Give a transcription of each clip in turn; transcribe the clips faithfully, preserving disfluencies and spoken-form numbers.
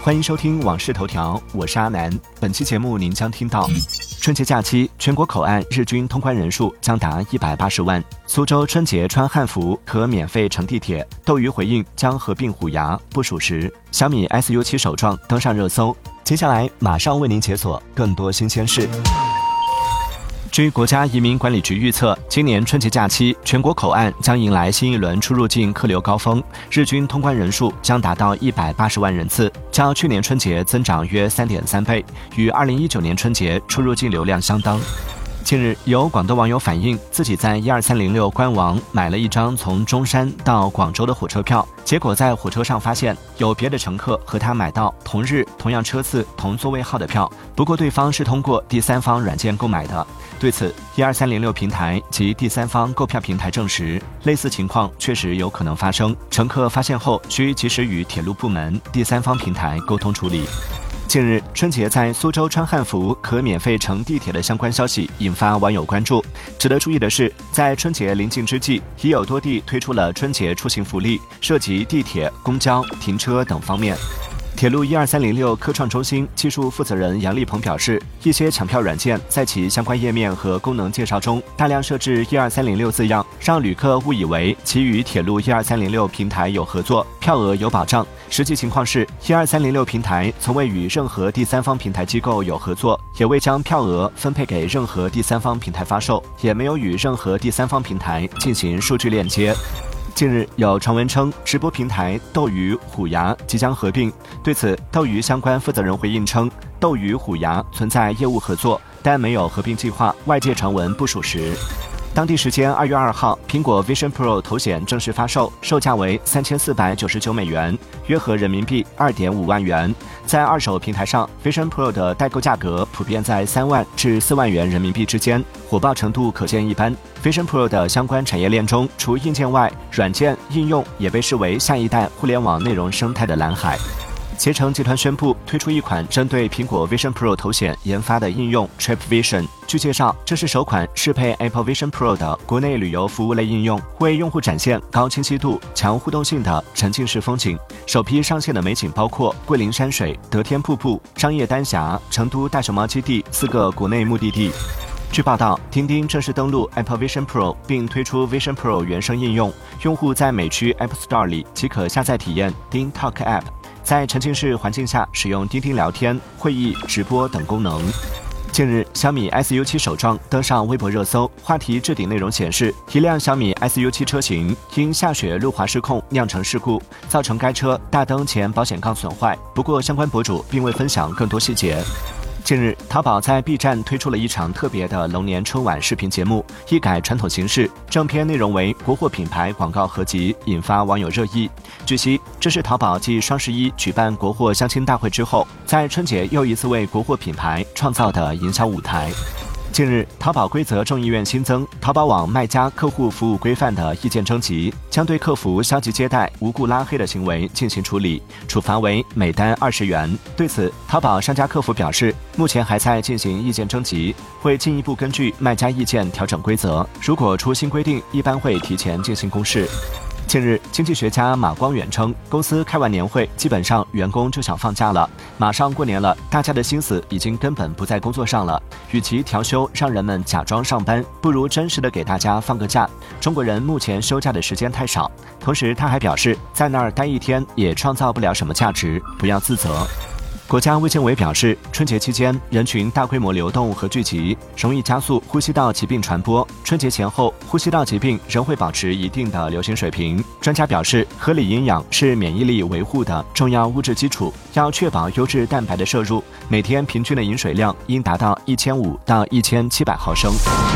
欢迎收听《往事头条》，我是阿南。本期节目您将听到：春节假期全国口岸日均通关人数将达一百八十万；苏州春节穿汉服可免费乘地铁；斗鱼回应将合并虎牙，不属实；小米 S U 七首创登上热搜。接下来马上为您解锁更多新鲜事。据国家移民管理局预测，今年春节假期全国口岸将迎来新一轮出入境客流高峰，日均通关人数将达到一百八十万人次，较去年春节增长约 三点三倍，与二零一九年春节出入境流量相当。近日，有广东网友反映，自己在一二三零六官网买了一张从中山到广州的火车票，结果在火车上发现有别的乘客和他买到同日、同样车次、同座位号的票，不过对方是通过第三方软件购买的。对此，一二三零六平台及第三方购票平台证实，类似情况确实有可能发生，乘客发现后需及时与铁路部门、第三方平台沟通处理。近日，春节在苏州穿汉服可免费乘地铁的相关消息引发网友关注。值得注意的是，在春节临近之际，已有多地推出了春节出行福利，涉及地铁、公交、停车等方面。铁路一二三零六科创中心技术负责人杨立鹏表示，一些抢票软件在其相关页面和功能介绍中大量设置一二三零六字样，让旅客误以为其与铁路一二三零六平台有合作，票额有保障。实际情况是，一二三零六平台从未与任何第三方平台机构有合作，也未将票额分配给任何第三方平台发售，也没有与任何第三方平台进行数据链接。近日有传闻称，直播平台斗鱼、虎牙即将合并。对此，斗鱼相关负责人回应称，斗鱼、虎牙存在业务合作，但没有合并计划，外界传闻不属实。当地时间二月二号，苹果 Vision Pro 头显正式发售，售价为三千四百九十九美元，约合人民币二点五万元。在二手平台上 ，Vision Pro 的代购价格普遍在三万至四万元人民币之间，火爆程度可见一斑。Vision Pro 的相关产业链中，除硬件外，软件应用也被视为下一代互联网内容生态的蓝海。携程集团宣布推出一款针对苹果 Vision Pro 头显研发的应用 Trip Vision。据介绍，这是首款适配 Apple Vision Pro 的国内旅游服务类应用，为用户展现高清晰度、强互动性的沉浸式风景。首批上线的美景包括桂林山水、得天瀑布、商业丹霞、成都大熊猫基地四个国内目的地。据报道，钉钉正式登陆 Apple Vision Pro 并推出 Vision Pro 原生应用，用户在美区 App Store 里即可下载体验钉 Talk App，在沉浸式环境下使用钉钉聊天、会议、直播等功能。近日，小米 S U 七首创登上微博热搜，话题置顶内容显示，一辆小米 S U 七车型因下雪路滑失控酿成事故，造成该车大灯前保险杠损坏，不过相关博主并未分享更多细节。近日，淘宝在 B 站推出了一场特别的龙年春晚视频节目，一改传统形式，正片内容为国货品牌广告合集，引发网友热议。据悉，这是淘宝继双十一举办国货相亲大会之后，在春节又一次为国货品牌创造的营销舞台。近日，淘宝规则众议院新增淘宝网卖家客户服务规范的意见征集，将对客服消极接待、无故拉黑的行为进行处理，处罚为每单二十元。对此，淘宝商家客服表示，目前还在进行意见征集，会进一步根据卖家意见调整规则，如果出新规定，一般会提前进行公示。近日，经济学家马光远称，公司开完年会，基本上员工就想放假了。马上过年了，大家的心思已经根本不在工作上了。与其调休让人们假装上班，不如真实的给大家放个假。中国人目前休假的时间太少。同时，他还表示，在那儿待一天也创造不了什么价值，不要自责。国家卫健委表示，春节期间人群大规模流动和聚集，容易加速呼吸道疾病传播。春节前后，呼吸道疾病仍会保持一定的流行水平。专家表示，合理营养是免疫力维护的重要物质基础，要确保优质蛋白的摄入，每天平均的饮水量应达到一千五到一千七百毫升。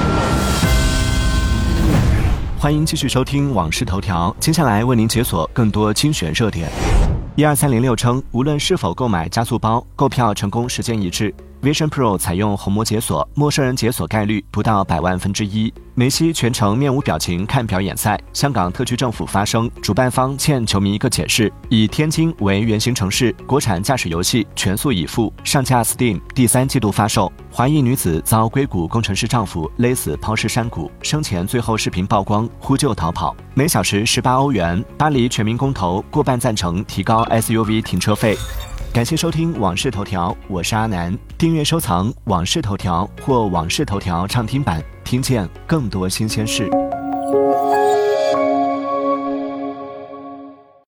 欢迎继续收听《往事头条》，接下来为您解锁更多精选热点。一二三零六称，无论是否购买加速包，购票成功时间一致。Vision Pro 采用虹膜解锁，陌生人解锁概率不到百万分之一。梅西全程面无表情看表演赛，香港特区政府发声，主办方欠球迷一个解释。以天津为原型城市，国产驾驶游戏全速已付，上架 Steam， 第三季度发售。华裔女子遭硅谷工程师丈夫勒死抛尸山谷，生前最后视频曝光，呼救逃跑。每小时十八欧元。巴黎全民公投过半赞成提高 S U V 停车费。 感谢收听《往事头条》，我是阿南。订阅收藏《往事头条》或《往事头条》畅听版，听见更多新鲜事。